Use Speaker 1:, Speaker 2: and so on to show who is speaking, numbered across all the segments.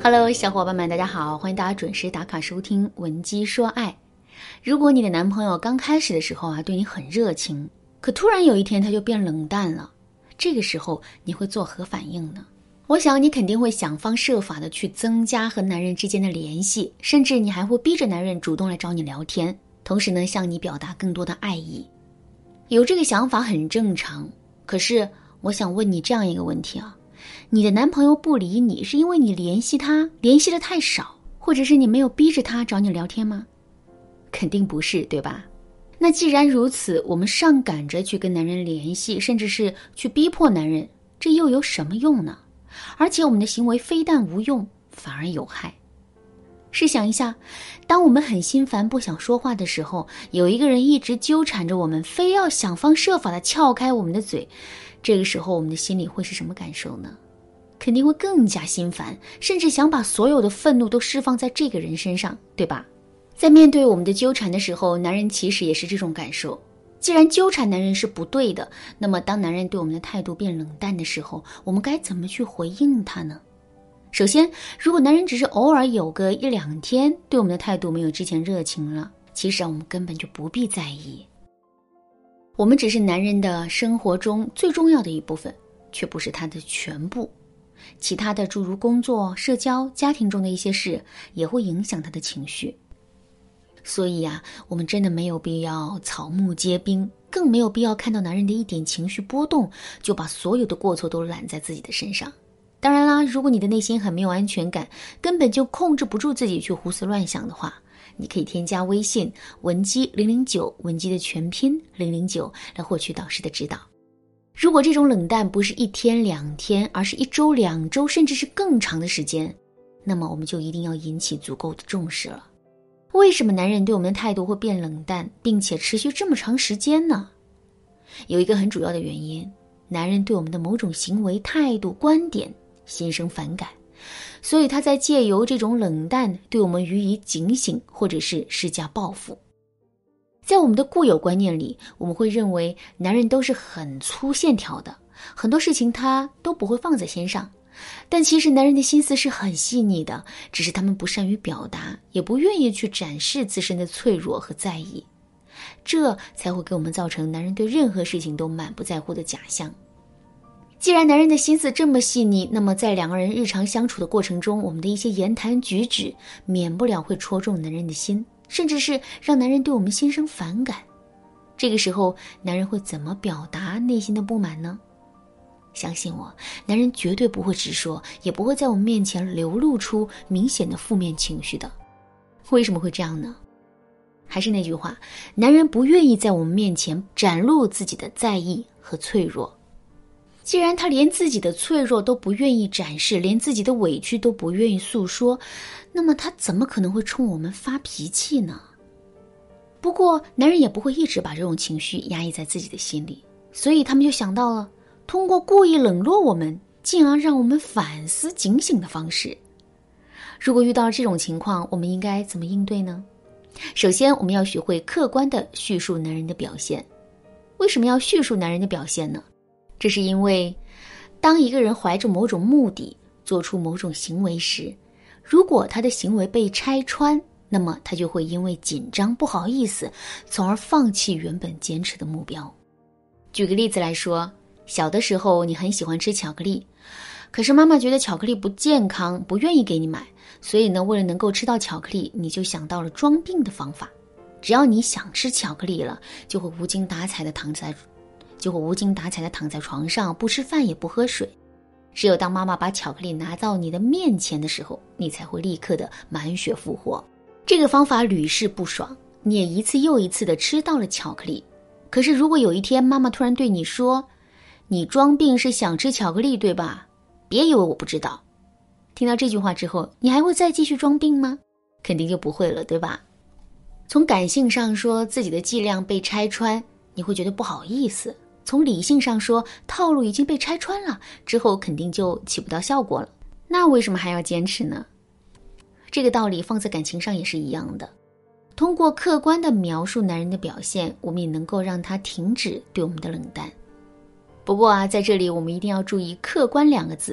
Speaker 1: Hello， 小伙伴们，大家好，欢迎大家准时打卡收听文姬说爱。如果你的男朋友刚开始的时候对你很热情，可突然有一天他就变冷淡了，这个时候你会作何反应呢？我想你肯定会想方设法的去增加和男人之间的联系，甚至你还会逼着男人主动来找你聊天，同时呢向你表达更多的爱意。有这个想法很正常，可是我想问你这样一个问题你的男朋友不理你，是因为你联系他联系的太少，或者是你没有逼着他找你聊天吗？肯定不是，对吧？那既然如此，我们上赶着去跟男人联系，甚至是去逼迫男人，这又有什么用呢？而且我们的行为非但无用，反而有害。试想一下，当我们很心烦不想说话的时候，有一个人一直纠缠着我们，非要想方设法地撬开我们的嘴，这个时候我们的心里会是什么感受呢？肯定会更加心烦，甚至想把所有的愤怒都释放在这个人身上，对吧？在面对我们的纠缠的时候，男人其实也是这种感受。既然纠缠男人是不对的，那么当男人对我们的态度变冷淡的时候，我们该怎么去回应他呢？首先，如果男人只是偶尔有个一两天对我们的态度没有之前热情了，其实我们根本就不必在意。我们只是男人的生活中最重要的一部分，却不是他的全部。其他的诸如工作、社交、家庭中的一些事也会影响他的情绪。所以我们真的没有必要草木皆兵，更没有必要看到男人的一点情绪波动就把所有的过错都揽在自己的身上。当然啦，如果你的内心很没有安全感，根本就控制不住自己去胡思乱想的话，你可以添加微信文姬009，文姬的全拼009，来获取导师的指导。如果这种冷淡不是一天两天，而是一周两周，甚至是更长的时间，那么我们就一定要引起足够的重视了。为什么男人对我们的态度会变冷淡，并且持续这么长时间呢？有一个很主要的原因，男人对我们的某种行为、态度、观点心生反感，所以他在借由这种冷淡对我们予以警醒，或者是施加报复。在我们的固有观念里，我们会认为男人都是很粗线条的，很多事情他都不会放在心上。但其实男人的心思是很细腻的，只是他们不善于表达，也不愿意去展示自身的脆弱和在意，这才会给我们造成男人对任何事情都满不在乎的假象。既然男人的心思这么细腻，那么在两个人日常相处的过程中，我们的一些言谈举止免不了会戳中男人的心，甚至是让男人对我们心生反感。这个时候，男人会怎么表达内心的不满呢？相信我，男人绝对不会直说，也不会在我们面前流露出明显的负面情绪的。为什么会这样呢？还是那句话，男人不愿意在我们面前展露自己的在意和脆弱。既然他连自己的脆弱都不愿意展示，连自己的委屈都不愿意诉说，那么他怎么可能会冲我们发脾气呢？不过男人也不会一直把这种情绪压抑在自己的心里，所以他们就想到了通过故意冷落我们，进而让我们反思警醒的方式。如果遇到这种情况，我们应该怎么应对呢？首先，我们要学会客观地叙述男人的表现。为什么要叙述男人的表现呢？这是因为当一个人怀着某种目的做出某种行为时，如果他的行为被拆穿，那么他就会因为紧张不好意思，从而放弃原本坚持的目标。举个例子来说，小的时候你很喜欢吃巧克力，可是妈妈觉得巧克力不健康，不愿意给你买，所以呢，为了能够吃到巧克力，你就想到了装病的方法。只要你想吃巧克力了，就会无精打采的躺在床上，不吃饭也不喝水。只有当妈妈把巧克力拿到你的面前的时候，你才会立刻的满血复活。这个方法屡试不爽，你也一次又一次的吃到了巧克力。可是如果有一天妈妈突然对你说，你装病是想吃巧克力对吧？别以为我不知道。听到这句话之后，你还会再继续装病吗？肯定就不会了，对吧？从感性上说，自己的伎俩被拆穿，你会觉得不好意思。从理性上说，套路已经被拆穿了，之后肯定就起不到效果了。那为什么还要坚持呢？这个道理放在感情上也是一样的。通过客观地描述男人的表现，我们也能够让他停止对我们的冷淡。不过在这里我们一定要注意客观两个字。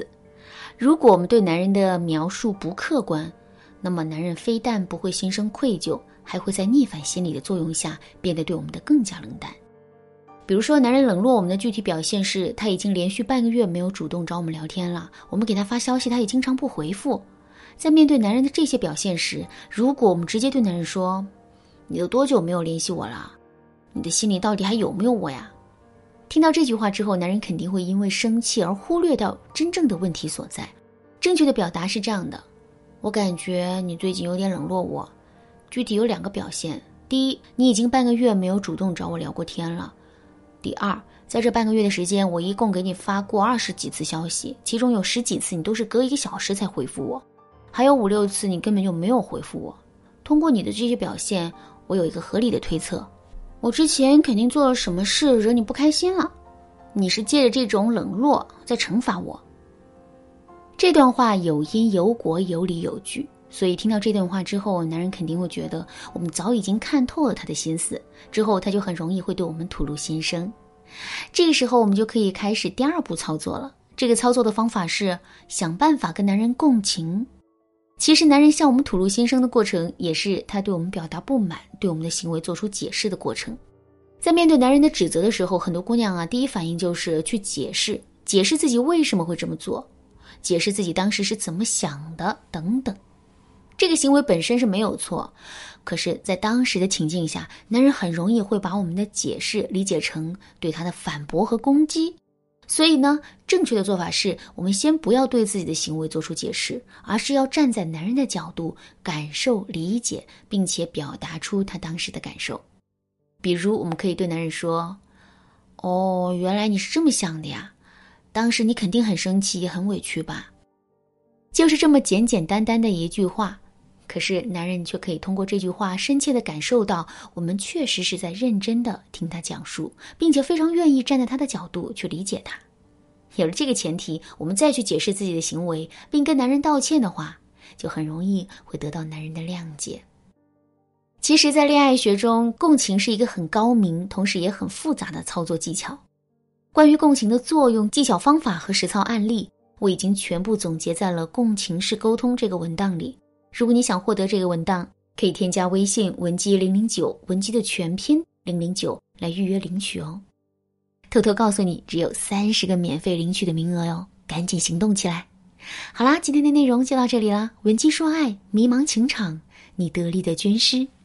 Speaker 1: 如果我们对男人的描述不客观，那么男人非但不会心生愧疚，还会在逆反心理的作用下变得对我们的更加冷淡。比如说，男人冷落我们的具体表现是，他已经连续半个月没有主动找我们聊天了，我们给他发消息他也经常不回复。在面对男人的这些表现时，如果我们直接对男人说，你都多久没有联系我了？你的心里到底还有没有我呀？听到这句话之后，男人肯定会因为生气而忽略到真正的问题所在。正确的表达是这样的，我感觉你最近有点冷落我，具体有2个表现。第一，你已经半个月没有主动找我聊过天了。第二，在这半个月的时间，我一共给你发过20几次消息，其中有10几次你都是隔1个小时才回复我，还有5、6次你根本就没有回复我。通过你的这些表现，我有一个合理的推测，我之前肯定做了什么事惹你不开心了，你是借着这种冷落在惩罚我。这段话有因有果，有理有据，所以听到这段话之后，男人肯定会觉得我们早已经看透了他的心思，之后他就很容易会对我们吐露心声。这个时候我们就可以开始第2步操作了。这个操作的方法是想办法跟男人共情。其实男人向我们吐露心声的过程，也是他对我们表达不满，对我们的行为做出解释的过程。在面对男人的指责的时候，很多姑娘第一反应就是去解释自己为什么会这么做，解释自己当时是怎么想的等等。这个行为本身是没有错，可是在当时的情境下，男人很容易会把我们的解释理解成对他的反驳和攻击。所以呢，正确的做法是我们先不要对自己的行为做出解释，而是要站在男人的角度感受理解，并且表达出他当时的感受。比如我们可以对男人说，原来你是这么想的呀，当时你肯定很生气也很委屈吧。就是这么简简单单的一句话，可是男人却可以通过这句话深切地感受到我们确实是在认真地听他讲述，并且非常愿意站在他的角度去理解他。有了这个前提，我们再去解释自己的行为，并跟男人道歉的话，就很容易会得到男人的谅解。其实在恋爱学中，共情是一个很高明同时也很复杂的操作技巧。关于共情的作用、技巧方法和实操案例，我已经全部总结在了共情式沟通这个文档里。如果你想获得这个文档，可以添加微信文姬009，文姬的全拼009来预约领取哦。偷偷告诉你，只有30个免费领取的名额哟，赶紧行动起来。好啦，今天的内容就到这里啦。文姬说爱，迷茫情场，你得力的军师。